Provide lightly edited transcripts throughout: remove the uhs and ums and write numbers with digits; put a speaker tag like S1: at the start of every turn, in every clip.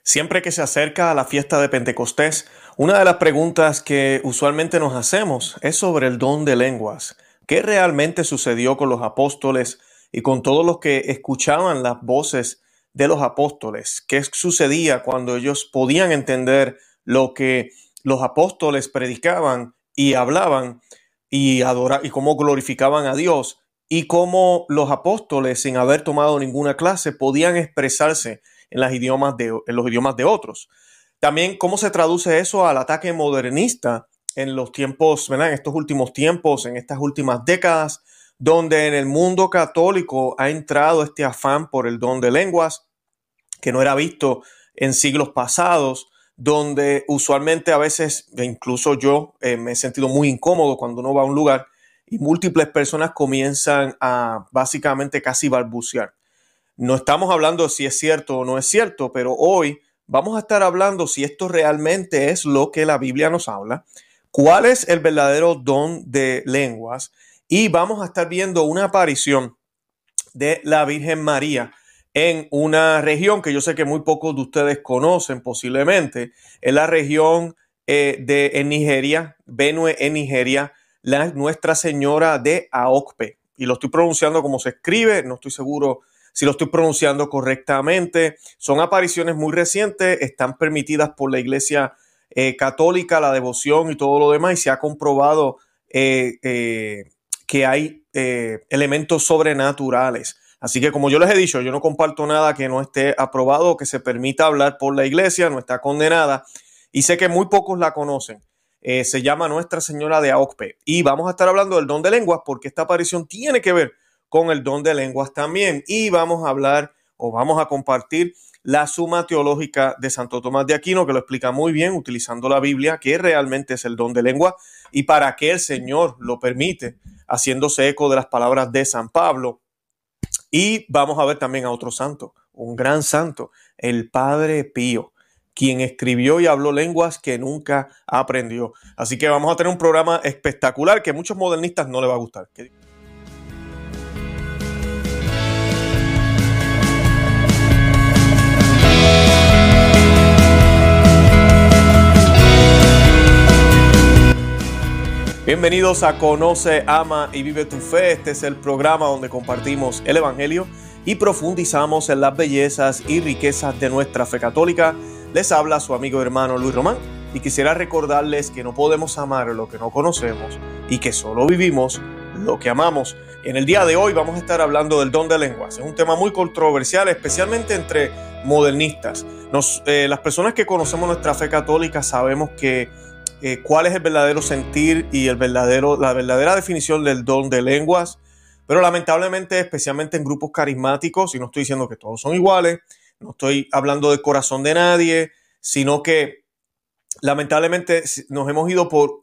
S1: Siempre que se acerca a la fiesta de Pentecostés, una de las preguntas que usualmente nos hacemos es sobre el don de lenguas. ¿Qué realmente sucedió con los apóstoles y con todos los que escuchaban las voces de los apóstoles? ¿Qué sucedía cuando ellos podían entender lo que los apóstoles predicaban y hablaban y cómo glorificaban a Dios? Y cómo los apóstoles, sin haber tomado ninguna clase, podían expresarse en los idiomas de otros. También cómo se traduce eso al ataque modernista en los tiempos, ¿verdad? En estos últimos tiempos, en estas últimas décadas, donde en el mundo católico ha entrado este afán por el don de lenguas, que no era visto en siglos pasados, donde usualmente a veces, incluso yo me he sentido muy incómodo cuando uno va a un lugar y múltiples personas comienzan a básicamente casi balbucear. No estamos hablando de si es cierto o no es cierto, pero hoy vamos a estar hablando si esto realmente es lo que la Biblia nos habla, cuál es el verdadero don de lenguas, y vamos a estar viendo una aparición de la Virgen María en una región que yo sé que muy pocos de ustedes conocen posiblemente, es la región en Nigeria, Benue en Nigeria, la Nuestra Señora de Aokpe. Y lo estoy pronunciando como se escribe, no estoy seguro si lo estoy pronunciando correctamente. Son apariciones muy recientes, están permitidas por la Iglesia católica, la devoción y todo lo demás, y se ha comprobado que hay elementos sobrenaturales. Así que, como yo les he dicho, yo no comparto nada que no esté aprobado o que se permita hablar por la Iglesia, no está condenada, y sé que muy pocos la conocen. Se llama Nuestra Señora de Aokpe, y vamos a estar hablando del don de lenguas porque esta aparición tiene que ver con el don de lenguas también, y vamos a hablar o vamos a compartir la Suma Teológica de Santo Tomás de Aquino, que lo explica muy bien utilizando la Biblia, qué realmente es el don de lengua y para qué el Señor lo permite, haciéndose eco de las palabras de San Pablo. Y vamos a ver también a otro santo, un gran santo, el Padre Pío, quien escribió y habló lenguas que nunca aprendió. Así que vamos a tener un programa espectacular que a muchos modernistas no les va a gustar. Bienvenidos a Conoce, Ama y Vive tu Fe. Este es el programa donde compartimos el Evangelio y profundizamos en las bellezas y riquezas de nuestra fe católica. Les habla su amigo y hermano Luis Román, y quisiera recordarles que no podemos amar lo que no conocemos y que solo vivimos lo que amamos. En el día de hoy vamos a estar hablando del don de lenguas. Es un tema muy controversial, especialmente entre modernistas. Las personas que conocemos nuestra fe católica sabemos que cuál es el verdadero sentir y la verdadera definición del don de lenguas, pero lamentablemente, especialmente en grupos carismáticos, y no estoy diciendo que todos son iguales, no estoy hablando del corazón de nadie, sino que lamentablemente nos hemos ido por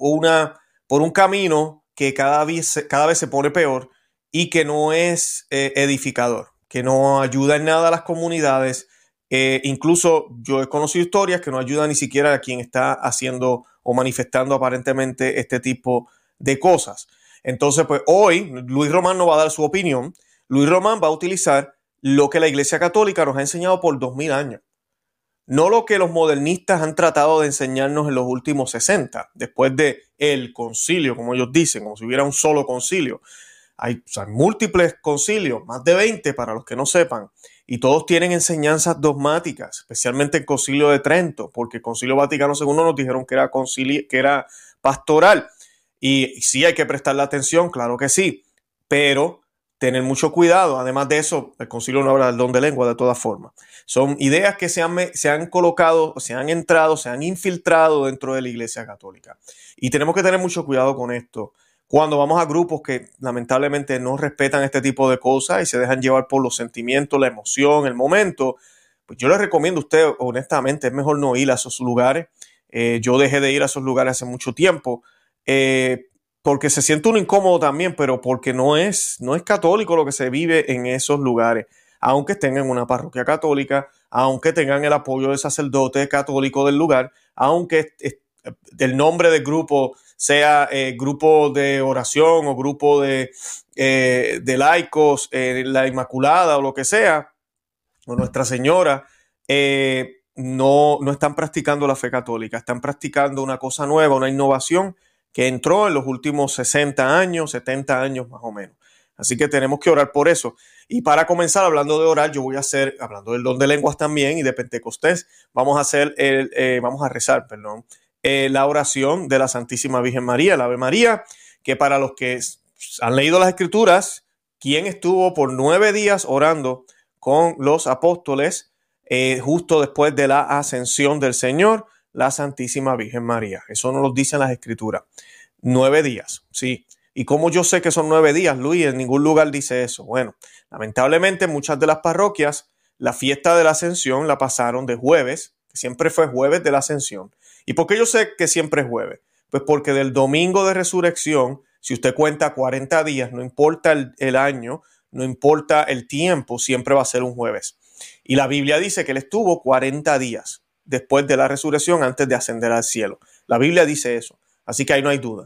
S1: un camino que cada vez se pone peor y que no es edificador, que no ayuda en nada a las comunidades. Incluso yo he conocido historias que no ayudan ni siquiera a quien está haciendo o manifestando aparentemente este tipo de cosas. Entonces, pues hoy Luis Román no va a dar su opinión. Luis Román va a utilizar lo que la Iglesia Católica nos ha enseñado por 2000 años. No lo que los modernistas han tratado de enseñarnos en los últimos 60, después de el concilio, como ellos dicen, como si hubiera un solo concilio. Hay múltiples concilios, más de 20 para los que no sepan, y todos tienen enseñanzas dogmáticas, especialmente el Concilio de Trento, porque el Concilio Vaticano II nos dijeron que era pastoral, y sí hay que prestarle atención, claro que sí, pero tener mucho cuidado. Además de eso, el concilio no habla del don de lengua de todas formas. Son ideas que se han colocado, se han entrado, se han infiltrado dentro de la Iglesia Católica, y tenemos que tener mucho cuidado con esto. Cuando vamos a grupos que lamentablemente no respetan este tipo de cosas y se dejan llevar por los sentimientos, la emoción, el momento, pues yo les recomiendo a usted, honestamente, es mejor no ir a esos lugares. Yo dejé de ir a esos lugares hace mucho tiempo, porque se siente uno incómodo también, pero porque no es católico lo que se vive en esos lugares. Aunque estén en una parroquia católica, aunque tengan el apoyo del sacerdote católico del lugar, aunque el nombre del grupo sea grupo de oración o grupo de laicos, la Inmaculada o lo que sea, o Nuestra Señora, no están practicando la fe católica, están practicando una cosa nueva, una innovación que entró en los últimos 60 años, 70 años más o menos. Así que tenemos que orar por eso. Y para comenzar, hablando de orar, yo voy a hacer, hablando del don de lenguas también y de Pentecostés, vamos a rezar, la oración de la Santísima Virgen María, la Ave María, que para los que han leído las Escrituras, quien estuvo por 9 días orando con los apóstoles justo después de la ascensión del Señor, la Santísima Virgen María. Eso nos lo dicen las Escrituras. 9 días, sí. ¿Y cómo yo sé que son 9 días, Luis? En ningún lugar dice eso. Bueno, lamentablemente muchas de las parroquias la fiesta de la Ascensión la pasaron de jueves, que siempre fue jueves de la Ascensión. ¿Y por qué yo sé que siempre es jueves? Pues porque del domingo de resurrección, si usted cuenta 40 días, no importa el año, no importa el tiempo, siempre va a ser un jueves. Y la Biblia dice que él estuvo 40 días después de la resurrección antes de ascender al cielo. La Biblia dice eso, así que ahí no hay duda.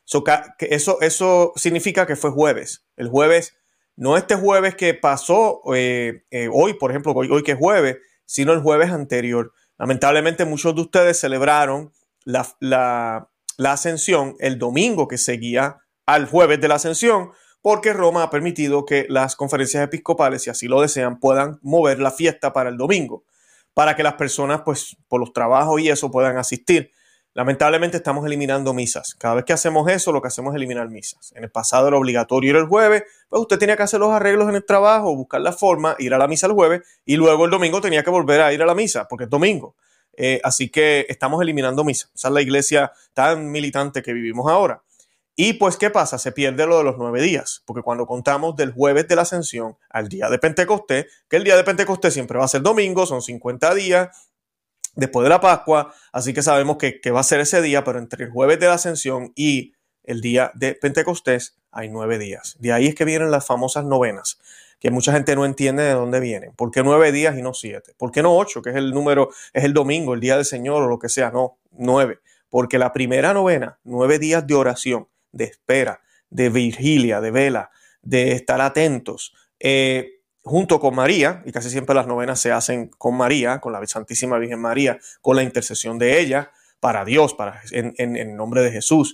S1: Eso significa que fue jueves. El jueves, no este jueves que pasó hoy, por ejemplo, hoy que es jueves, sino el jueves anterior. Lamentablemente muchos de ustedes celebraron la ascensión el domingo que seguía al jueves de la ascensión, porque Roma ha permitido que las conferencias episcopales, si así lo desean, puedan mover la fiesta para el domingo, para que las personas, pues, por los trabajos y eso puedan asistir. Lamentablemente estamos eliminando misas. Cada vez que hacemos eso, lo que hacemos es eliminar misas. En el pasado era obligatorio ir el jueves, pues usted tenía que hacer los arreglos en el trabajo, buscar la forma, ir a la misa el jueves y luego el domingo tenía que volver a ir a la misa, porque es domingo. Así que estamos eliminando misas. Esa es la iglesia tan militante que vivimos ahora. Y pues, ¿qué pasa? Se pierde lo de los 9 días, porque cuando contamos del jueves de la Ascensión al día de Pentecostés, que el día de Pentecostés siempre va a ser domingo, son 50 días, después de la Pascua, así que sabemos que va a ser ese día, pero entre el jueves de la Ascensión y el día de Pentecostés hay 9 días. De ahí es que vienen las famosas novenas, que mucha gente no entiende de dónde vienen. ¿Por qué 9 días y no 7? ¿Por qué no 8, que es el número, es el domingo, el día del Señor o lo que sea? No, 9. Porque la primera novena, 9 días de oración, de espera, de vigilia, de vela, de estar atentos, junto con María, y casi siempre las novenas se hacen con María, con la Santísima Virgen María, con la intercesión de ella, para Dios, en nombre de Jesús.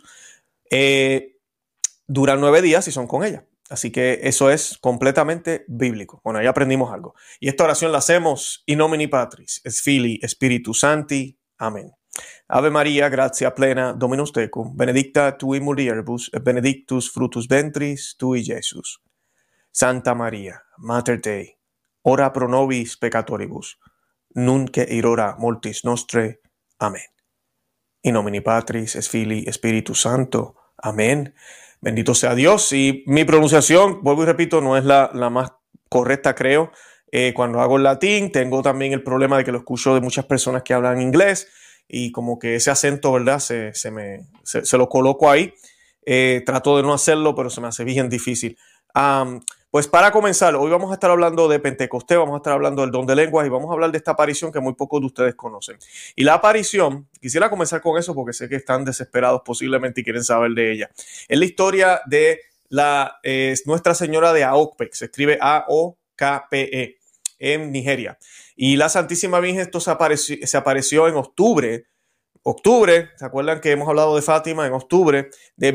S1: Duran 9 días y son con ella. Así que eso es completamente bíblico. Bueno, ahí aprendimos algo. Y esta oración la hacemos in nomine Patris, et Filii, Spiritus Sancti. Amén. Ave María, gratia plena, Dominus tecum, benedicta tui mulieribus, et benedictus fructus ventris tui, Iesus. Santa María, Mater Dei, ora pro nobis peccatoribus, nunc et in hora mortis nostrae. Amén. In nomine Patris, et Filii, Spiritus Sancto. Amén. Bendito sea Dios. Y mi pronunciación, vuelvo y repito, no es la más correcta, creo. Cuando hago el latín, tengo también el problema de que lo escucho de muchas personas que hablan inglés y como que ese acento, ¿verdad? Se lo coloco ahí. Trato de no hacerlo, pero se me hace bien difícil. Pues para comenzar, hoy vamos a estar hablando de Pentecostés, vamos a estar hablando del don de lenguas y vamos a hablar de esta aparición que muy pocos de ustedes conocen. Y la aparición, quisiera comenzar con eso porque sé que están desesperados posiblemente y quieren saber de ella. Es la historia de Nuestra Señora de Aokpe, se escribe A-O-K-P-E, en Nigeria. Y la Santísima Virgen esto se apareció en octubre, ¿se acuerdan que hemos hablado de Fátima? En octubre de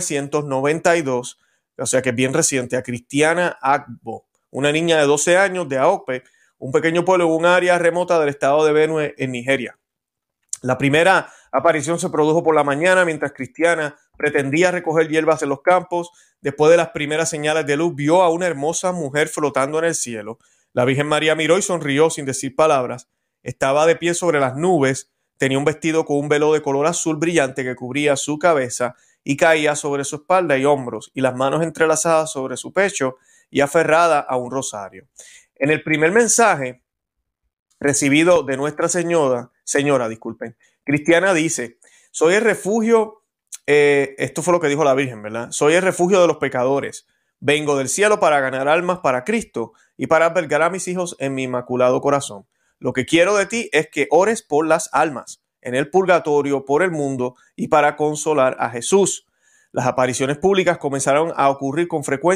S1: 1992. O sea que es bien reciente, a Cristiana Agbo, una niña de 12 años de Aokpe, un pequeño pueblo en un área remota del estado de Benue en Nigeria. La primera aparición se produjo por la mañana mientras Cristiana pretendía recoger hierbas en los campos. Después de las primeras señales de luz, vio a una hermosa mujer flotando en el cielo. La Virgen María miró y sonrió sin decir palabras. Estaba de pie sobre las nubes, tenía un vestido con un velo de color azul brillante que cubría su cabeza y caía sobre su espalda y hombros, y las manos entrelazadas sobre su pecho y aferrada a un rosario. En el primer mensaje recibido de Nuestra Señora, Cristiana dice: soy el refugio, esto fue lo que dijo la Virgen, ¿verdad? Soy el refugio de los pecadores. Vengo del cielo para ganar almas para Cristo y para albergar a mis hijos en mi inmaculado corazón. Lo que quiero de ti es que ores por las almas, en el purgatorio, por el mundo y para consolar a Jesús. Las apariciones públicas comenzaron a ocurrir con frecuencia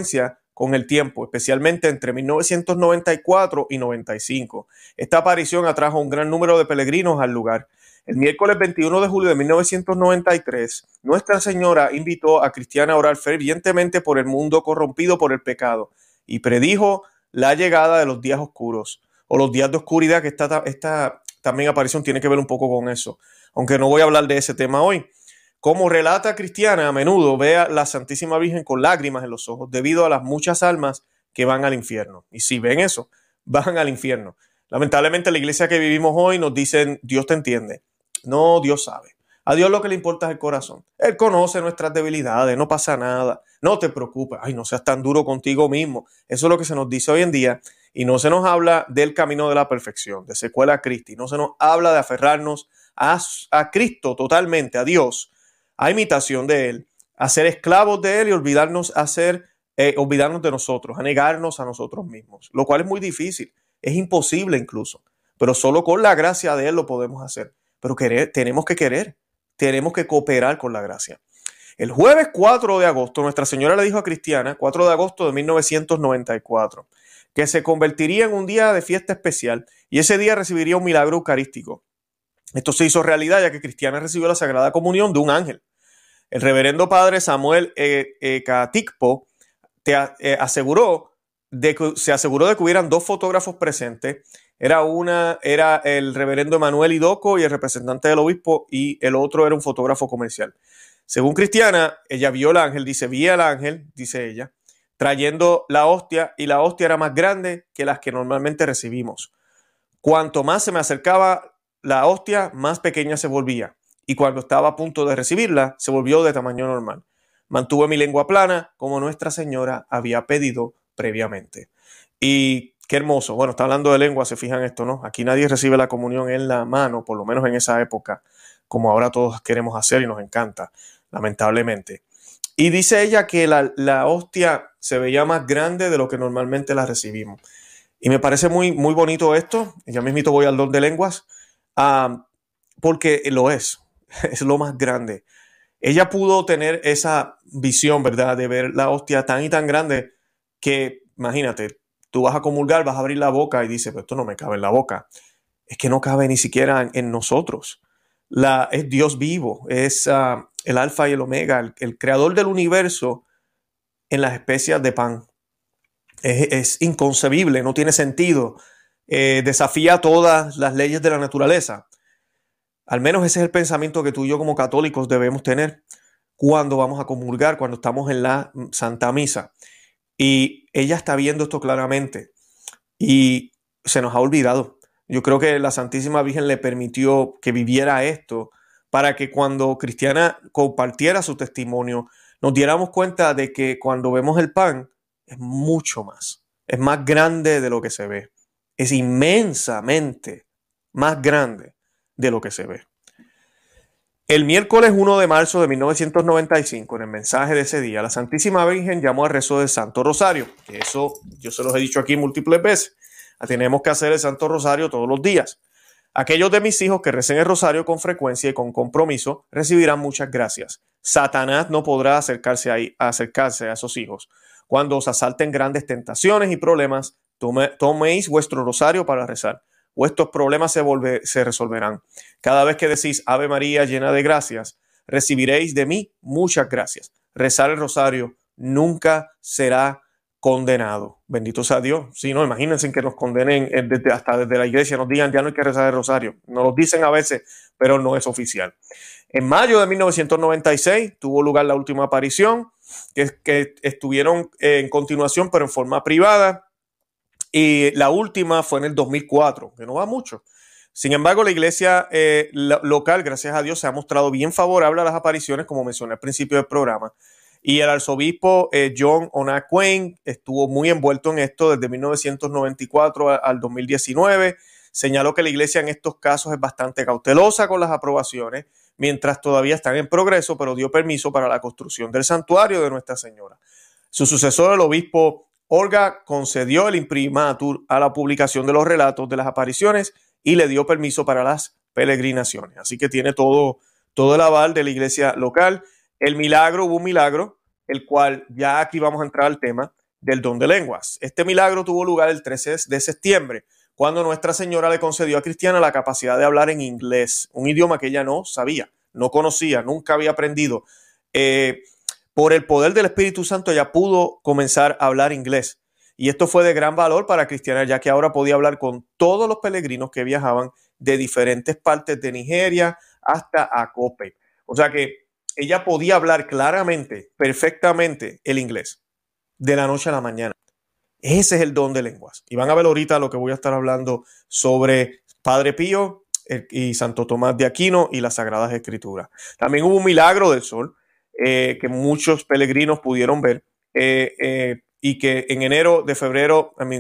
S1: con el tiempo, especialmente entre 1994 y 95. Esta aparición atrajo un gran número de peregrinos al lugar. El miércoles 21 de julio de 1993, Nuestra Señora invitó a Cristiana a orar fervientemente por el mundo corrompido por el pecado y predijo la llegada de los días oscuros o los días de oscuridad, que esta también aparición tiene que ver un poco con eso, aunque no voy a hablar de ese tema hoy. Como relata Cristiana, a menudo ve a la Santísima Virgen con lágrimas en los ojos debido a las muchas almas que van al infierno. Y si ven eso, van al infierno. Lamentablemente la iglesia que vivimos hoy nos dicen, Dios te entiende. No, Dios sabe. A Dios lo que le importa es el corazón. Él conoce nuestras debilidades, no pasa nada. No te preocupes, ay, no seas tan duro contigo mismo. Eso es lo que se nos dice hoy en día y no se nos habla del camino de la perfección, de secuela a Cristo. No se nos habla de aferrarnos a Cristo totalmente, a Dios, a imitación de Él, a ser esclavos de Él y olvidarnos de nosotros, a negarnos a nosotros mismos, lo cual es muy difícil, es imposible incluso, pero solo con la gracia de Él lo podemos hacer. Pero tenemos que cooperar con la gracia. El jueves 4 de agosto, Nuestra Señora le dijo a Cristiana, 4 de agosto de 1994, que se convertiría en un día de fiesta especial y ese día recibiría un milagro eucarístico. Esto se hizo realidad ya que Cristiana recibió la Sagrada Comunión de un ángel. El reverendo padre Samuel Katikpo se aseguró de que hubieran dos fotógrafos presentes. Era el reverendo Emanuel Idoco y el representante del obispo, y el otro era un fotógrafo comercial. Según Cristiana, ella vio al ángel, vi al ángel, dice ella, trayendo la hostia, y la hostia era más grande que las que normalmente recibimos. Cuanto más se me acercaba la hostia, más pequeña se volvía, y cuando estaba a punto de recibirla, se volvió de tamaño normal. Mantuve mi lengua plana, como Nuestra Señora había pedido previamente. Y qué hermoso. Bueno, está hablando de lengua, se fijan esto, ¿no? Aquí nadie recibe la comunión en la mano, por lo menos en esa época, como ahora todos queremos hacer y nos encanta, lamentablemente. Y dice ella que la hostia se veía más grande de lo que normalmente la recibimos. Y me parece muy, muy bonito esto. Ya mismito voy al don de lenguas, porque lo es lo más grande. Ella pudo tener esa visión, ¿verdad? De ver la hostia tan y tan grande que, imagínate, tú vas a comulgar, vas a abrir la boca y dices, pero esto no me cabe en la boca. Es que no cabe ni siquiera en nosotros. Es Dios vivo, es el alfa y el omega, el creador del universo en las especias de pan. Es inconcebible, no tiene sentido. Desafía todas las leyes de la naturaleza. Al menos ese es el pensamiento que tú y yo como católicos debemos tener cuando vamos a comulgar, cuando estamos en la Santa Misa. Y ella está viendo esto claramente y se nos ha olvidado. Yo creo que la Santísima Virgen le permitió que viviera esto para que cuando Cristiana compartiera su testimonio, nos diéramos cuenta de que cuando vemos el pan es mucho más. Es más grande de lo que se ve. Es inmensamente más grande de lo que se ve. El miércoles 1 de marzo de 1995, en el mensaje de ese día, la Santísima Virgen llamó al rezo del Santo Rosario. Que eso yo se los he dicho aquí múltiples veces. Tenemos que hacer el Santo Rosario todos los días. Aquellos de mis hijos que recen el rosario con frecuencia y con compromiso recibirán muchas gracias. Satanás no podrá acercarse a esos hijos. Cuando os asalten grandes tentaciones y problemas, toméis vuestro rosario para rezar. Vuestros problemas se resolverán. Cada vez que decís Ave María llena de gracias, recibiréis de mí muchas gracias. Rezar el rosario nunca será condenado. Bendito sea Dios. Sí, no, imagínense que nos condenen hasta desde la iglesia, nos digan ya no hay que rezar el rosario. Nos lo dicen a veces, pero no es oficial. En mayo de 1996 tuvo lugar la última aparición, que estuvieron en continuación, pero en forma privada. Y la última fue en el 2004, que no va mucho. Sin embargo, la iglesia local, gracias a Dios, se ha mostrado bien favorable a las apariciones, como mencioné al principio del programa. Y el arzobispo John Onakwen estuvo muy envuelto en esto desde 1994 al 2019. Señaló que la iglesia en estos casos es bastante cautelosa con las aprobaciones, mientras todavía están en progreso, pero dio permiso para la construcción del santuario de Nuestra Señora. Su sucesor, el obispo Olga, concedió el imprimatur a la publicación de los relatos de las apariciones y le dio permiso para las peregrinaciones. Así que tiene todo el aval de la iglesia local. Hubo un milagro, el cual ya aquí vamos a entrar al tema, del don de lenguas. Este milagro tuvo lugar el 13 de septiembre, cuando Nuestra Señora le concedió a Cristiana la capacidad de hablar en inglés, un idioma que ella no sabía, no conocía, nunca había aprendido. Por el poder del Espíritu Santo ella pudo comenzar a hablar inglés. Y esto fue de gran valor para Cristiana, ya que ahora podía hablar con todos los peregrinos que viajaban de diferentes partes de Nigeria hasta Akopet. O sea que ella podía hablar claramente, perfectamente el inglés, de la noche a la mañana. Ese es el don de lenguas. Y van a ver ahorita lo que voy a estar hablando sobre Padre Pío y Santo Tomás de Aquino y las Sagradas Escrituras. También hubo un milagro del sol que muchos peregrinos pudieron ver y que en enero y febrero de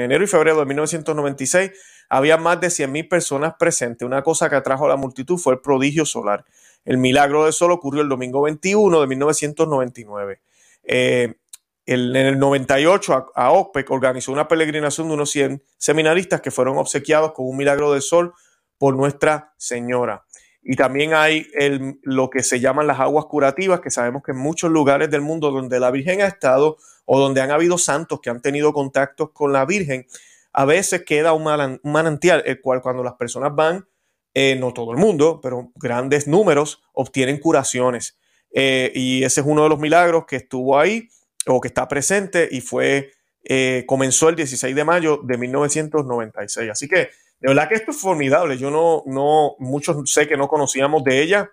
S1: 1996 había más de 100,000 personas presentes. Una cosa que atrajo a la multitud fue el prodigio solar. El milagro del sol ocurrió el domingo 21 de 1999. En el 98, AOPEC organizó una peregrinación de unos 100 seminaristas que fueron obsequiados con un milagro del sol por Nuestra Señora. Y también hay lo que se llaman las aguas curativas, que sabemos que en muchos lugares del mundo donde la Virgen ha estado o donde han habido santos que han tenido contactos con la Virgen, a veces queda un manantial, el cual cuando las personas van, no todo el mundo, pero grandes números, obtienen curaciones. Y ese es uno de los milagros que estuvo ahí o que está presente y comenzó el 16 de mayo de 1996. Así que de verdad que esto es formidable. Yo muchos sé que no conocíamos de ella.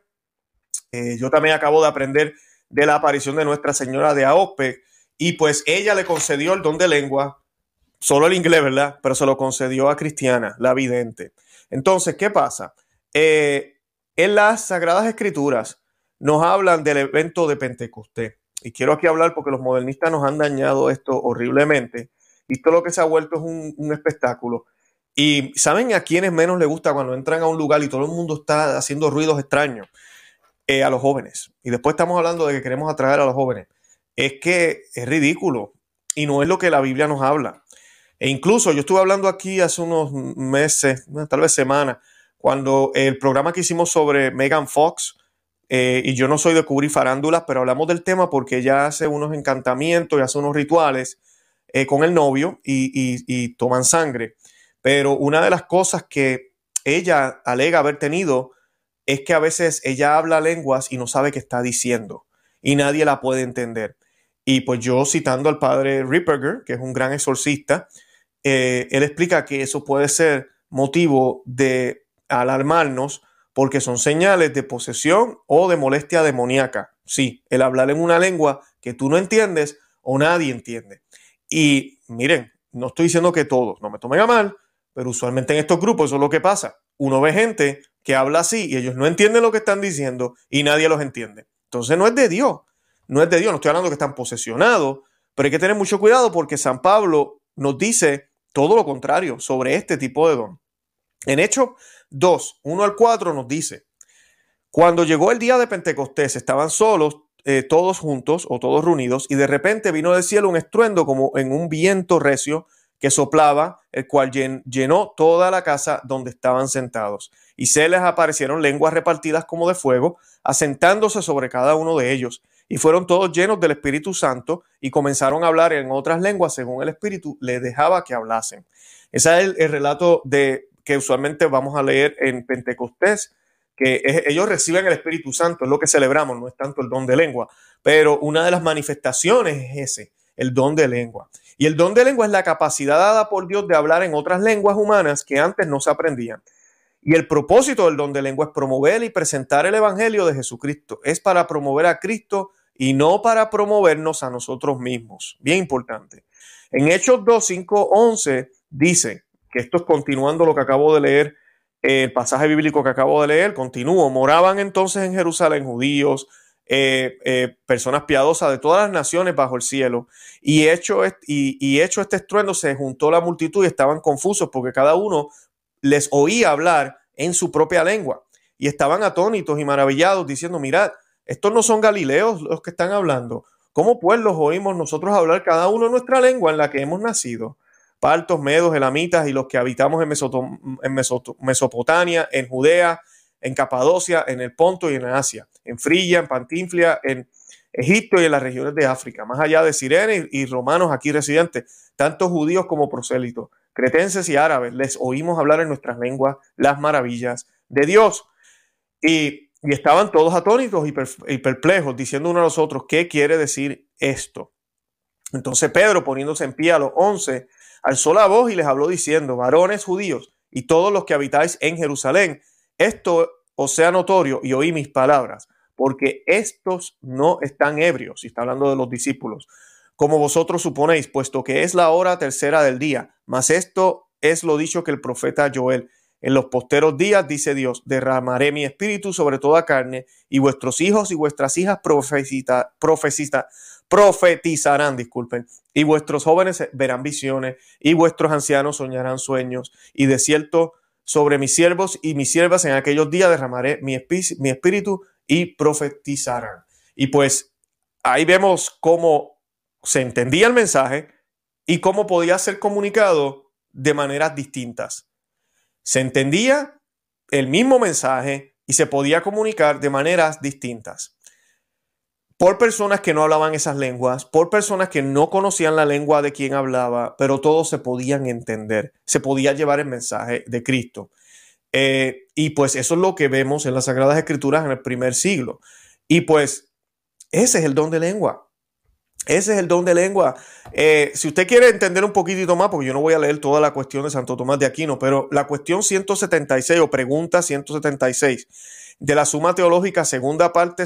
S1: Yo también acabo de aprender de la aparición de Nuestra Señora de Aope y pues ella le concedió el don de lengua, solo el inglés, ¿verdad? Pero se lo concedió a Cristiana, la vidente. Entonces, ¿qué pasa? En las Sagradas Escrituras nos hablan del evento de Pentecostés. Y quiero aquí hablar porque los modernistas nos han dañado esto horriblemente. Y esto lo que se ha vuelto es un espectáculo. Y ¿saben a quiénes menos les gusta cuando entran a un lugar y todo el mundo está haciendo ruidos extraños? A los jóvenes. Y después estamos hablando de que queremos atraer a los jóvenes. Es que es ridículo y no es lo que la Biblia nos habla. E incluso yo estuve hablando aquí hace unos meses, tal vez semanas, cuando el programa que hicimos sobre Megan Fox, y yo no soy de cubrir farándulas, pero hablamos del tema porque ella hace unos encantamientos y hace unos rituales con el novio y toman sangre. Pero una de las cosas que ella alega haber tenido es que a veces ella habla lenguas y no sabe qué está diciendo y nadie la puede entender. Y pues yo citando al padre Ripperger, que es un gran exorcista, él explica que eso puede ser motivo de alarmarnos porque son señales de posesión o de molestia demoníaca. Sí, el hablar en una lengua que tú no entiendes o nadie entiende. Y miren, no estoy diciendo que todos, no me tomen a mal, pero usualmente en estos grupos eso es lo que pasa. Uno ve gente que habla así y ellos no entienden lo que están diciendo y nadie los entiende. Entonces no es de Dios, no es de Dios. No estoy hablando que están posesionados, pero hay que tener mucho cuidado porque San Pablo nos dice todo lo contrario sobre este tipo de don. En Hechos 2, 1 al 4 nos dice: cuando llegó el día de Pentecostés estaban solos, todos juntos o todos reunidos, y de repente vino del cielo un estruendo como en un viento recio que soplaba, el cual llenó toda la casa donde estaban sentados. Y se les aparecieron lenguas repartidas como de fuego, asentándose sobre cada uno de ellos. Y fueron todos llenos del Espíritu Santo y comenzaron a hablar en otras lenguas según el Espíritu les dejaba que hablasen. Ese es el relato que usualmente vamos a leer en Pentecostés, que ellos reciben el Espíritu Santo, es lo que celebramos, no es tanto el don de lengua, pero una de las manifestaciones es ese, el don de lengua. Y el don de lengua es la capacidad dada por Dios de hablar en otras lenguas humanas que antes no se aprendían. Y el propósito del don de lengua es promover y presentar el Evangelio de Jesucristo. Es para promover a Cristo y no para promovernos a nosotros mismos. Bien importante. En Hechos 2, 5, 11 dice, que esto es continuando lo que acabo de leer, el pasaje bíblico que acabo de leer, continúo. Moraban entonces en Jerusalén judíos, personas piadosas de todas las naciones bajo el cielo, y hecho este estruendo se juntó la multitud y estaban confusos porque cada uno les oía hablar en su propia lengua y estaban atónitos y maravillados diciendo: mirad, estos no son galileos los que están hablando. ¿Cómo pues los oímos nosotros hablar cada uno en nuestra lengua en la que hemos nacido? Partos, medos, elamitas y los que habitamos en Mesopotamia, en Judea, en Capadocia, en el Ponto y en Asia, en Frigia, en Panfilia, en Egipto y en las regiones de África, más allá de Sirene y romanos aquí residentes, tanto judíos como prosélitos, cretenses y árabes, les oímos hablar en nuestras lenguas las maravillas de Dios. Y estaban todos atónitos y perplejos, diciendo uno a los otros, ¿qué quiere decir esto? Entonces Pedro, poniéndose en pie a los 11, alzó la voz y les habló diciendo, varones judíos y todos los que habitáis en Jerusalén, esto os sea notorio y oí mis palabras, porque estos no están ebrios, y está hablando de los discípulos, como vosotros suponéis, puesto que es la hora tercera del día, mas esto es lo dicho que el profeta Joel. En los posteros días, dice Dios, derramaré mi espíritu sobre toda carne, y vuestros hijos y vuestras hijas profetizarán, y vuestros jóvenes verán visiones, y vuestros ancianos soñarán sueños, y de cierto sobre mis siervos y mis siervas en aquellos días derramaré mi espíritu y profetizarán. Y pues ahí vemos cómo se entendía el mensaje y cómo podía ser comunicado de maneras distintas. Se entendía el mismo mensaje y se podía comunicar de maneras distintas. Por personas que no hablaban esas lenguas, por personas que no conocían la lengua de quien hablaba, pero todos se podían entender, se podía llevar el mensaje de Cristo. Y pues eso es lo que vemos en las Sagradas Escrituras en el primer siglo. Y pues ese es el don de lengua. Ese es el don de lengua. Si usted quiere entender un poquitito más, porque yo no voy a leer toda la cuestión de Santo Tomás de Aquino, pero la cuestión 176 o pregunta 176 de la Suma Teológica, segunda parte,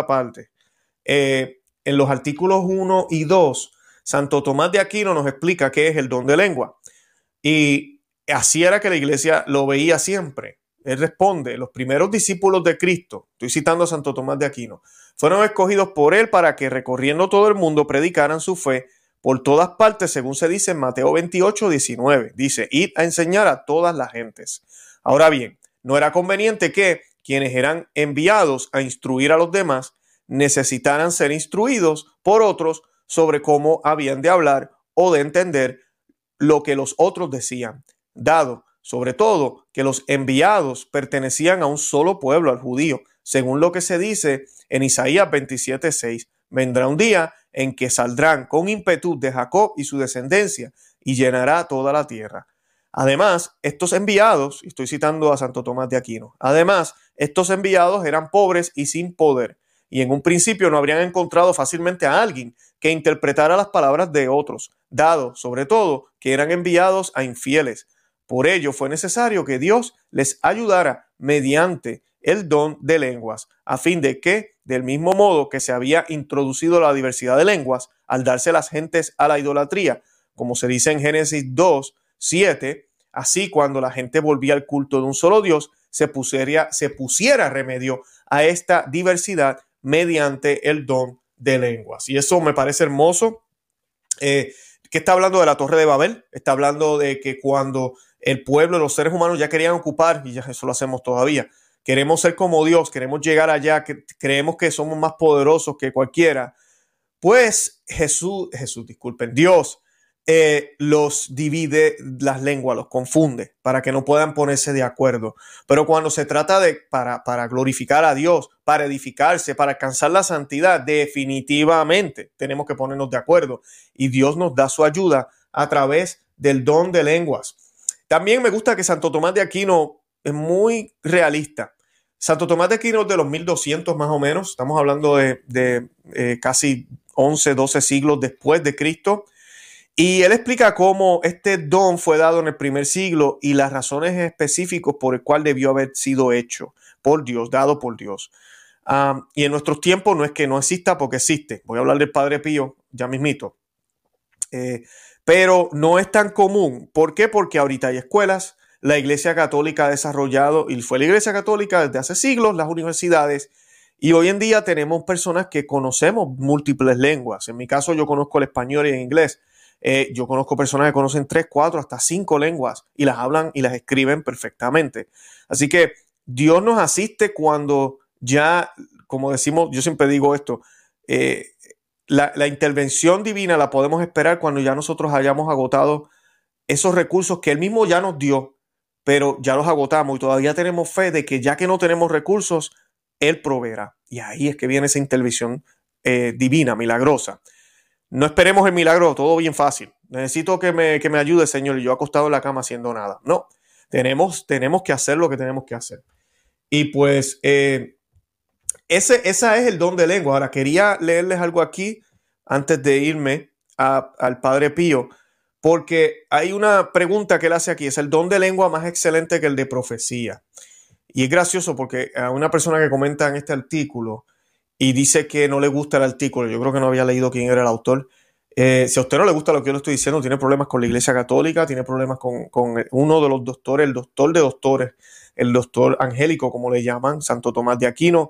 S1: en los artículos 1 y 2, Santo Tomás de Aquino nos explica qué es el don de lengua. Y así era que la iglesia lo veía siempre. Él responde, los primeros discípulos de Cristo, estoy citando a Santo Tomás de Aquino, fueron escogidos por él para que recorriendo todo el mundo predicaran su fe por todas partes, según se dice en Mateo 28, 19. Dice, id a enseñar a todas las gentes. Ahora bien, no era conveniente que quienes eran enviados a instruir a los demás necesitaran ser instruidos por otros sobre cómo habían de hablar o de entender lo que los otros decían, dado sobre todo que los enviados pertenecían a un solo pueblo, al judío, según lo que se dice en Isaías 27:6. Vendrá un día en que saldrán con ímpetu de Jacob y su descendencia y llenará toda la tierra. Además, estos enviados, estoy citando a Santo Tomás de Aquino, además, estos enviados eran pobres y sin poder, y en un principio no habrían encontrado fácilmente a alguien que interpretara las palabras de otros, dado, sobre todo, que eran enviados a infieles. Por ello fue necesario que Dios les ayudara mediante el don de lenguas, a fin de que, del mismo modo que se había introducido la diversidad de lenguas, al darse las gentes a la idolatría, como se dice en Génesis 2, 7, así cuando la gente volvía al culto de un solo Dios, se pusiera remedio a esta diversidad mediante el don de lenguas. Y eso me parece hermoso. Que está hablando de la Torre de Babel, está hablando de que cuando el pueblo, los seres humanos ya querían ocupar, y ya eso lo hacemos todavía, queremos ser como Dios, queremos llegar allá, creemos que somos más poderosos que cualquiera, pues Dios los divide las lenguas, los confunde para que no puedan ponerse de acuerdo. Pero cuando se trata de para glorificar a Dios, para edificarse, para alcanzar la santidad, definitivamente tenemos que ponernos de acuerdo. Y Dios nos da su ayuda a través del don de lenguas. También me gusta que Santo Tomás de Aquino es muy realista. Santo Tomás de Aquino es de los 1200 más o menos. Estamos hablando de casi 11, 12 siglos después de Cristo. Y él explica cómo este don fue dado en el primer siglo y las razones específicas por el cual debió haber sido hecho por Dios, dado por Dios. Y en nuestros tiempos no es que no exista, porque existe. Voy a hablar del Padre Pío ya mismito. Pero no es tan común. ¿Por qué? Porque ahorita hay escuelas. La Iglesia Católica ha desarrollado, y fue la Iglesia Católica desde hace siglos, las universidades. Y hoy en día tenemos personas que conocemos múltiples lenguas. En mi caso yo conozco el español y el inglés. Yo conozco personas que conocen 3, 4, hasta 5 lenguas y las hablan y las escriben perfectamente. Así que Dios nos asiste cuando ya, como decimos, yo siempre digo esto, la intervención divina la podemos esperar cuando ya nosotros hayamos agotado esos recursos que Él mismo ya nos dio, pero ya los agotamos y todavía tenemos fe de que ya que no tenemos recursos, Él proveerá. Y ahí es que viene esa intervención divina, milagrosa. No esperemos el milagro, todo bien fácil. Necesito que me ayude, Señor, y yo acostado en la cama haciendo nada. No, tenemos que hacer lo que tenemos que hacer. Y pues ese es el don de lengua. Ahora, quería leerles algo aquí antes de irme al Padre Pío, porque hay una pregunta que él hace aquí. ¿Es el don de lengua más excelente que el de profecía? Y es gracioso porque a una persona que comenta en este artículo y dice que no le gusta el artículo, yo creo que no había leído quién era el autor. Si a usted no le gusta lo que yo le estoy diciendo, tiene problemas con la Iglesia Católica, tiene problemas con uno de los doctores, el doctor de doctores, el doctor angélico, como le llaman, Santo Tomás de Aquino.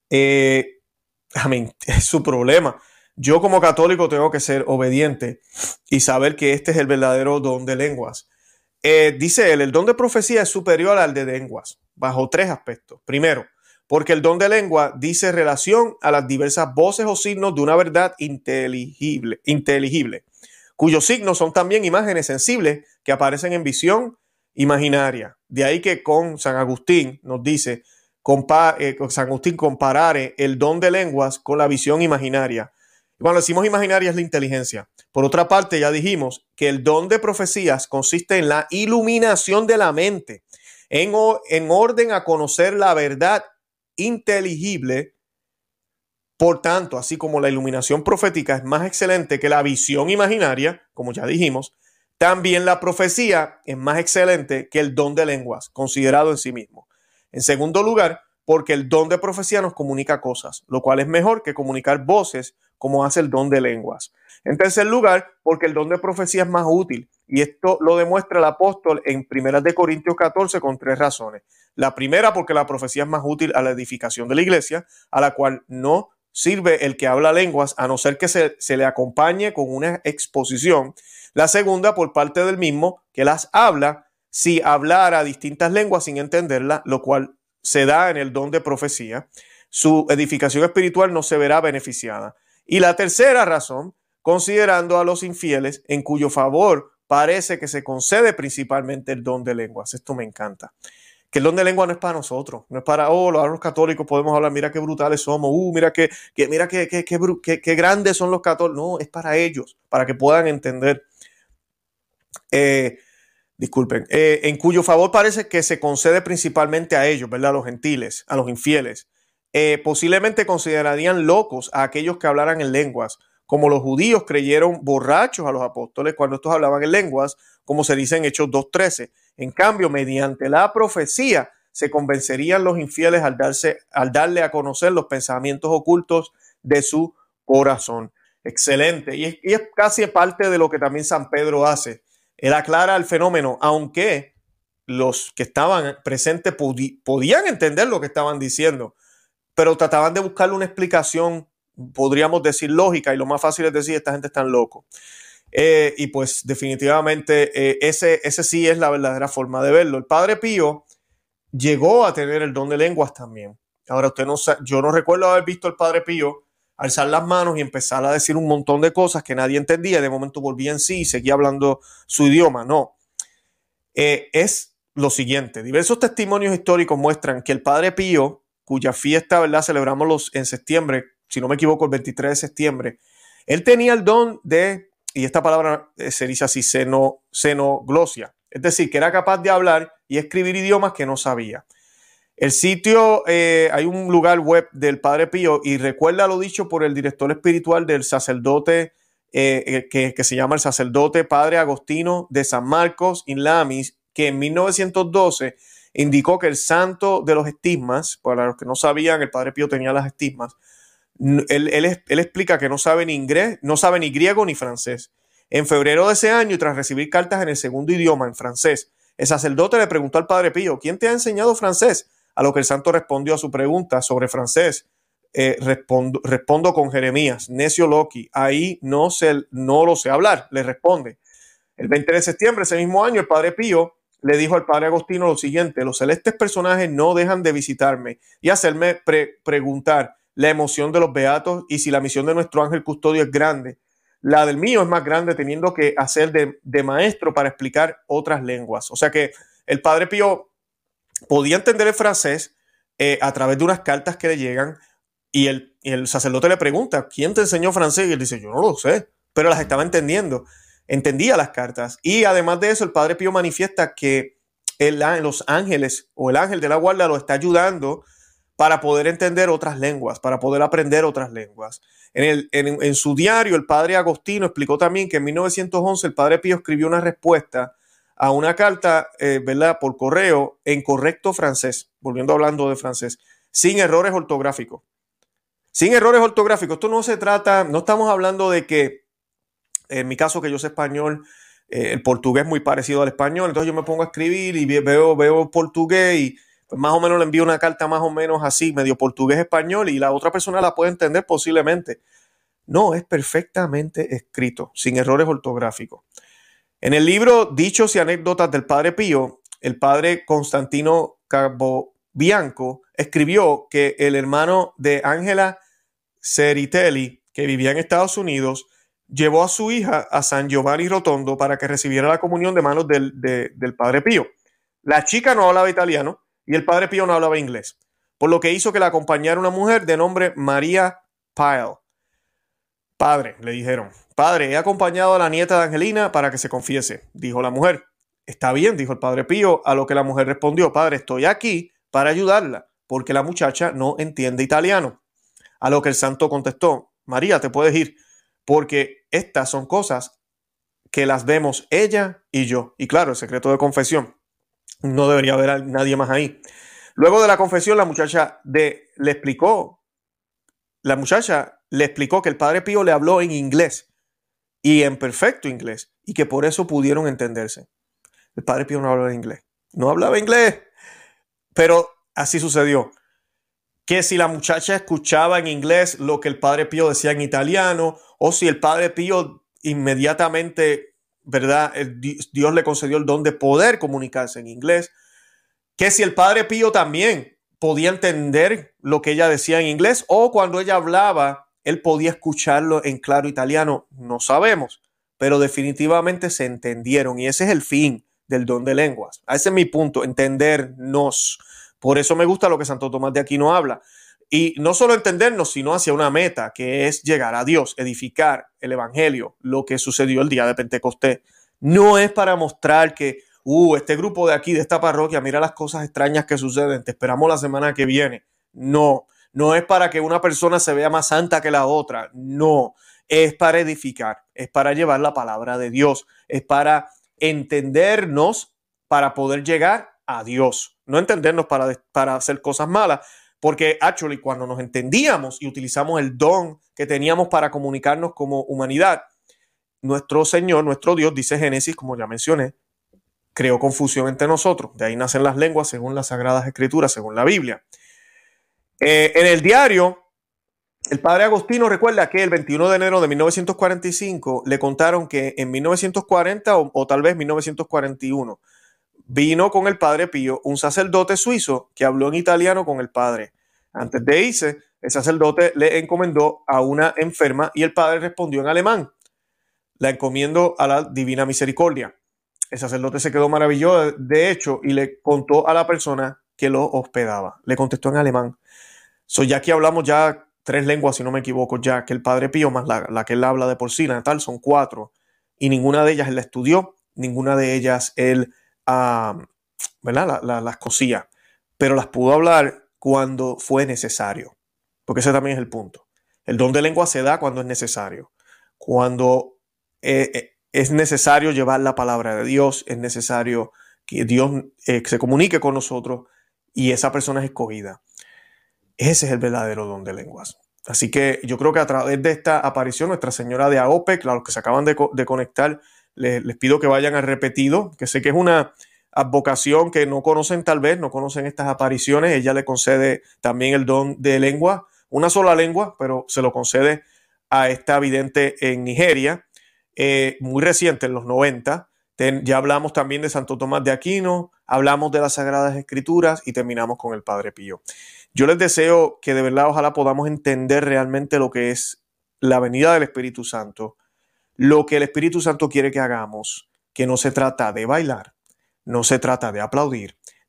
S1: Amén, es su problema. Yo como católico tengo que ser obediente y saber que este es el verdadero don de lenguas. Dice él, el don de profecía es superior al de lenguas, bajo 3 aspectos. Primero, porque el don de lengua dice relación a las diversas voces o signos de una verdad inteligible, cuyos signos son también imágenes sensibles que aparecen en visión imaginaria. De ahí que con San Agustín nos dice, San Agustín compare el don de lenguas con la visión imaginaria. Cuando decimos imaginaria es la inteligencia. Por otra parte, ya dijimos que el don de profecías consiste en la iluminación de la mente, en orden a conocer la verdad inteligible. Por tanto, así como la iluminación profética es más excelente que la visión imaginaria, como ya dijimos, también la profecía es más excelente que el don de lenguas, considerado en sí mismo. En segundo lugar, porque el don de profecía nos comunica cosas, lo cual es mejor que comunicar voces como hace el don de lenguas. En tercer lugar, porque el don de profecía es más útil, y esto lo demuestra el apóstol en 1 Corintios 14 con 3 razones. La primera, porque la profecía es más útil a la edificación de la iglesia, a la cual no sirve el que habla lenguas, a no ser que se le acompañe con una exposición. La segunda, por parte del mismo, que las habla, si hablara distintas lenguas sin entenderla, lo cual se da en el don de profecía, su edificación espiritual no se verá beneficiada. Y la tercera razón, considerando a los infieles, en cuyo favor parece que se concede principalmente el don de lenguas. Esto me encanta. Que el don de lengua no es para nosotros, no es para, los católicos podemos hablar, mira qué brutales somos, mira qué grandes son los católicos. No, es para ellos, para que puedan entender. Disculpen, en cuyo favor parece que se concede principalmente a ellos, ¿verdad? A los gentiles, a los infieles. Posiblemente considerarían locos a aquellos que hablaran en lenguas, como los judíos creyeron borrachos a los apóstoles cuando estos hablaban en lenguas, como se dice en Hechos 2:13. En cambio, mediante la profecía se convencerían los infieles al darle a conocer los pensamientos ocultos de su corazón. Excelente. Y es casi parte de lo que también San Pedro hace. Él aclara el fenómeno, aunque los que estaban presentes podían entender lo que estaban diciendo, pero trataban de buscarle una explicación, podríamos decir lógica, y lo más fácil es decir, esta gente está loco. Y pues definitivamente ese sí es la verdadera forma de verlo. El Padre Pío llegó a tener el don de lenguas también. Ahora yo no recuerdo haber visto al Padre Pío alzar las manos y empezar a decir un montón de cosas que nadie entendía y de momento volvía en sí y seguía hablando su idioma. No. Es lo siguiente. Diversos testimonios históricos muestran que el Padre Pío, cuya fiesta, ¿verdad?, celebramos en septiembre, si no me equivoco, el 23 de septiembre, él tenía el don de, y esta palabra se dice así, xenoglosia. Es decir, que era capaz de hablar y escribir idiomas que no sabía. El sitio, hay un lugar web del Padre Pío y recuerda lo dicho por el director espiritual del sacerdote que se llama el sacerdote Padre Agostino de San Marcos in Lamis, que en 1912 indicó que el santo de los estigmas, para los que no sabían, el Padre Pío tenía las estigmas. Él explica que no sabe ni griego ni francés. En febrero de ese año, y tras recibir cartas en el segundo idioma, en francés, el sacerdote le preguntó al Padre Pío: ¿quién te ha enseñado francés? A lo que el santo respondió a su pregunta sobre francés: respondo con Jeremías, necio loqui, ahí no lo sé hablar, le responde. El 20 de septiembre, ese mismo año, el Padre Pío le dijo al Padre Agostino lo siguiente: los celestes personajes no dejan de visitarme y hacerme preguntar la emoción de los beatos y si la misión de nuestro ángel custodio es grande. La del mío es más grande, teniendo que hacer de maestro para explicar otras lenguas. O sea que el Padre Pío podía entender el francés a través de unas cartas que le llegan, y el sacerdote le pregunta, ¿quién te enseñó francés? Y él dice, yo no lo sé, pero las estaba entendiendo. Entendía las cartas. Y además de eso, el Padre Pío manifiesta que los ángeles o el ángel de la guarda lo está ayudando para poder entender otras lenguas, para poder aprender otras lenguas. En su diario, el Padre Agostino explicó también que en 1911 el Padre Pío escribió una respuesta a una carta, ¿verdad?, por correo en correcto francés, volviendo hablando de francés, sin errores ortográficos. Sin errores ortográficos. Esto no se trata, no estamos hablando de que, en mi caso que yo sé español, el portugués es muy parecido al español, entonces yo me pongo a escribir y veo portugués y pues más o menos le envío una carta más o menos así, medio portugués español, y la otra persona la puede entender posiblemente. No, es perfectamente escrito, sin errores ortográficos. En el libro Dichos y Anécdotas del Padre Pío, el padre Constantino Capobianco escribió que el hermano de Ángela Ceritelli, que vivía en Estados Unidos, llevó a su hija a San Giovanni Rotondo para que recibiera la comunión de manos del Padre Pío. La chica no hablaba italiano y el Padre Pío no hablaba inglés, por lo que hizo que la acompañara una mujer de nombre María Pyle. Padre, le dijeron, padre, he acompañado a la nieta de Angelina para que se confiese, dijo la mujer. Está bien, dijo el Padre Pío, a lo que la mujer respondió, padre, estoy aquí para ayudarla, porque la muchacha no entiende italiano. A lo que el santo contestó, María, te puedes ir, porque estas son cosas que las vemos ella y yo. Y claro, el secreto de confesión, no debería haber a nadie más ahí. Luego de la confesión, la muchacha le explicó que el Padre Pío le habló en inglés y en perfecto inglés y que por eso pudieron entenderse. El Padre Pío no hablaba inglés. No hablaba inglés, pero así sucedió. Que si la muchacha escuchaba en inglés lo que el Padre Pío decía en italiano, o si el Padre Pío inmediatamente, ¿verdad?, Dios le concedió el don de poder comunicarse en inglés. Que si el Padre Pío también podía entender lo que ella decía en inglés, o cuando ella hablaba, él podía escucharlo en claro italiano, no sabemos, pero definitivamente se entendieron y ese es el fin del don de lenguas. Ese es mi punto, entendernos. Por eso me gusta lo que Santo Tomás de Aquino habla. Y no solo entendernos, sino hacia una meta, que es llegar a Dios, edificar el evangelio, lo que sucedió el día de Pentecostés. No es para mostrar que, este grupo de aquí, de esta parroquia, mira las cosas extrañas que suceden, te esperamos la semana que viene. No, no es para que una persona se vea más santa que la otra. No, es para edificar, es para llevar la palabra de Dios, es para entendernos para poder llegar a Dios, no entendernos para hacer cosas malas, porque actually cuando nos entendíamos y utilizamos el don que teníamos para comunicarnos como humanidad, nuestro Señor, nuestro Dios, dice Génesis, como ya mencioné, creó confusión entre nosotros. De ahí nacen las lenguas según las Sagradas Escrituras, según la Biblia. En el diario, el padre Agostino recuerda que el 21 de enero de 1945 le contaron que en 1940 o tal vez 1941 vino con el Padre Pío un sacerdote suizo que habló en italiano con el padre. Antes de irse, el sacerdote le encomendó a una enferma y el padre respondió en alemán. La encomiendo a la Divina Misericordia. El sacerdote se quedó maravillado, de hecho, y le contó a la persona que lo hospedaba. Le contestó en alemán. Ya aquí hablamos ya 3 lenguas, si no me equivoco, ya que el Padre Pío más la que él habla de por sí, natal, son 4. Y ninguna de ellas él la estudió, ninguna de ellas él ¿verdad? Las cosía, pero las pudo hablar cuando fue necesario, porque ese también es el punto. El don de lengua se da cuando es necesario, cuando es necesario llevar la palabra de Dios, es necesario que Dios se comunique con nosotros y esa persona es escogida. Ese es el verdadero don de lenguas. Así que yo creo que a través de esta aparición, Nuestra Señora de Aopec, los que se acaban de conectar, les pido que vayan al repetido, que sé que es una advocación que no conocen tal vez, no conocen estas apariciones. Ella le concede también el don de lengua, una sola lengua, pero se lo concede a esta vidente en Nigeria, muy reciente, en los 90. Ya hablamos también de Santo Tomás de Aquino, hablamos de las Sagradas Escrituras y terminamos con el Padre Pío. Yo les deseo que de verdad ojalá podamos entender realmente lo que es la venida del Espíritu Santo, lo que el Espíritu Santo quiere que hagamos, que no se trata de bailar, no se trata de aplaudir,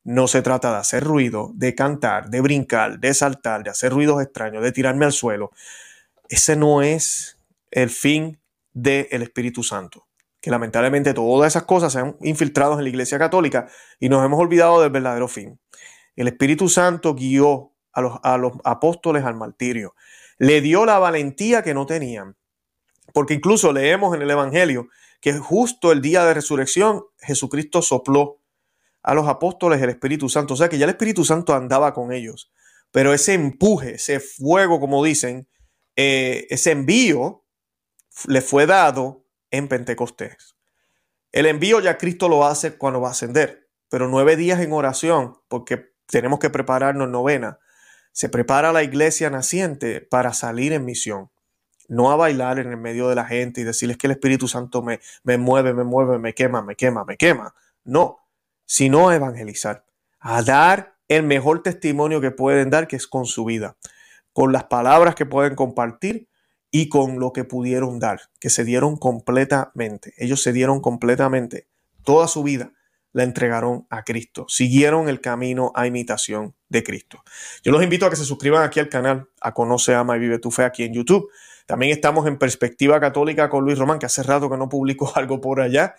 S1: No se trata de hacer ruido, de cantar, de brincar, de saltar, de hacer ruidos extraños, de tirarme al suelo. Ese no es el fin del Espíritu Santo. Que lamentablemente todas esas cosas se han infiltrado en la Iglesia Católica y nos hemos olvidado del verdadero fin. El Espíritu Santo guió a los apóstoles al martirio. Le dio la valentía que no tenían. Porque incluso leemos en el Evangelio que justo el día de resurrección Jesucristo sopló a los apóstoles el Espíritu Santo. O sea que ya el Espíritu Santo andaba con ellos. Pero ese empuje, ese fuego, como dicen, ese envío le fue dado en Pentecostés. El envío ya Cristo lo hace cuando va a ascender. Pero 9 días en oración, porque tenemos que prepararnos en novena. Se prepara la iglesia naciente para salir en misión. No a bailar en el medio de la gente y decirles que el Espíritu Santo me mueve, me quema. No, sino a evangelizar, a dar el mejor testimonio que pueden dar, que es con su vida, con las palabras que pueden compartir y con lo que pudieron dar, que se dieron completamente. Ellos se dieron completamente. Toda su vida la entregaron a Cristo. Siguieron el camino a imitación de Cristo. Yo los invito a que se suscriban aquí al canal, a Conoce, Ama y Vive tu Fe aquí en YouTube. También estamos en Perspectiva Católica con Luis Román, que hace rato que no publico algo por allá.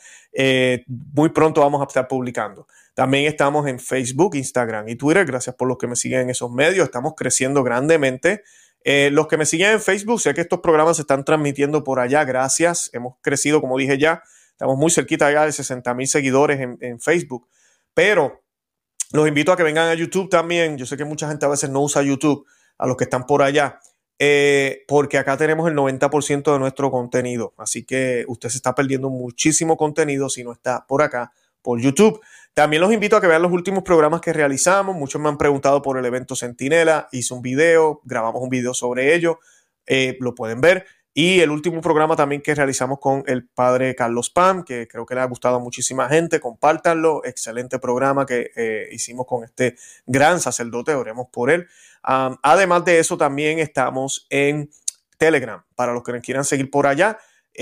S1: Muy pronto vamos a estar publicando. También estamos en Facebook, Instagram y Twitter. Gracias por los que me siguen en esos medios. Estamos creciendo grandemente. Los que me siguen en Facebook, sé que estos programas se están transmitiendo por allá. Gracias. Hemos crecido, como dije ya. Estamos muy cerquita ya de 60,000 seguidores en Facebook. Pero los invito a que vengan a YouTube también. Yo sé que mucha gente a veces no usa YouTube, a los que están por allá. Porque acá tenemos el 90% de nuestro contenido. Así que usted se está perdiendo muchísimo contenido si no está por acá, por YouTube. También los invito a que vean los últimos programas que realizamos. Muchos me han preguntado por el evento Centinela. Hice un video, grabamos un video sobre ello. Lo pueden ver. Y el último programa también que realizamos con el padre Carlos Pam, que creo que le ha gustado a muchísima gente. Compártanlo. Excelente programa que hicimos con este gran sacerdote. Oremos por él. Además de eso, también estamos en Telegram. Para los que nos quieran seguir por allá.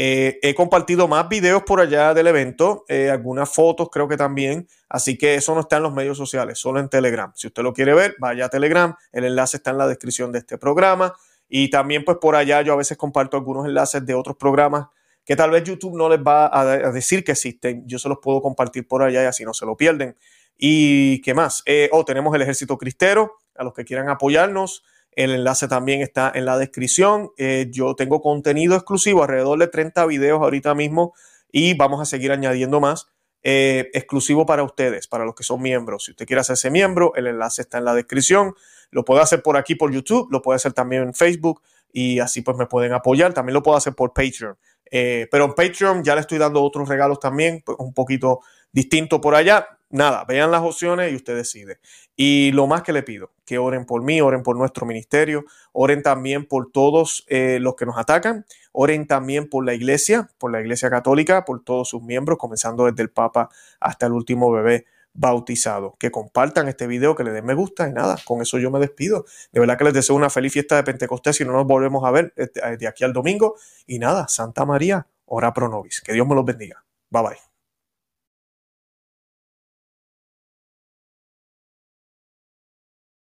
S1: He compartido más videos por allá del evento. Algunas fotos creo que también. Así que eso no está en los medios sociales, solo en Telegram. Si usted lo quiere ver, vaya a Telegram. El enlace está en la descripción de este programa. Y también pues por allá yo a veces comparto algunos enlaces de otros programas que tal vez YouTube no les va a decir que existen. Yo se los puedo compartir por allá y así no se lo pierden. ¿Y qué más? Tenemos el Ejército Cristero, a los que quieran apoyarnos. El enlace también está en la descripción. Yo tengo contenido exclusivo, alrededor de 30 videos ahorita mismo y vamos a seguir añadiendo más. Exclusivo para ustedes, para los que son miembros. Si usted quiere hacerse miembro, el enlace está en la descripción. Lo puede hacer por aquí, por YouTube, lo puede hacer también en Facebook y así pues me pueden apoyar. También lo puedo hacer por Patreon. Pero en Patreon ya le estoy dando otros regalos también, pues, un poquito distinto por allá. Nada, vean las opciones y usted decide. Y lo más que le pido, que oren por mí, oren por nuestro ministerio, oren también por todos los que nos atacan, oren también por la Iglesia Católica, por todos sus miembros, comenzando desde el Papa hasta el último bebé bautizado. Que compartan este video, que le den me gusta y nada, con eso yo me despido. De verdad que les deseo una feliz fiesta de Pentecostés si no nos volvemos a ver de aquí al domingo. Y nada, Santa María, ora pro nobis. Que Dios me los bendiga. Bye bye.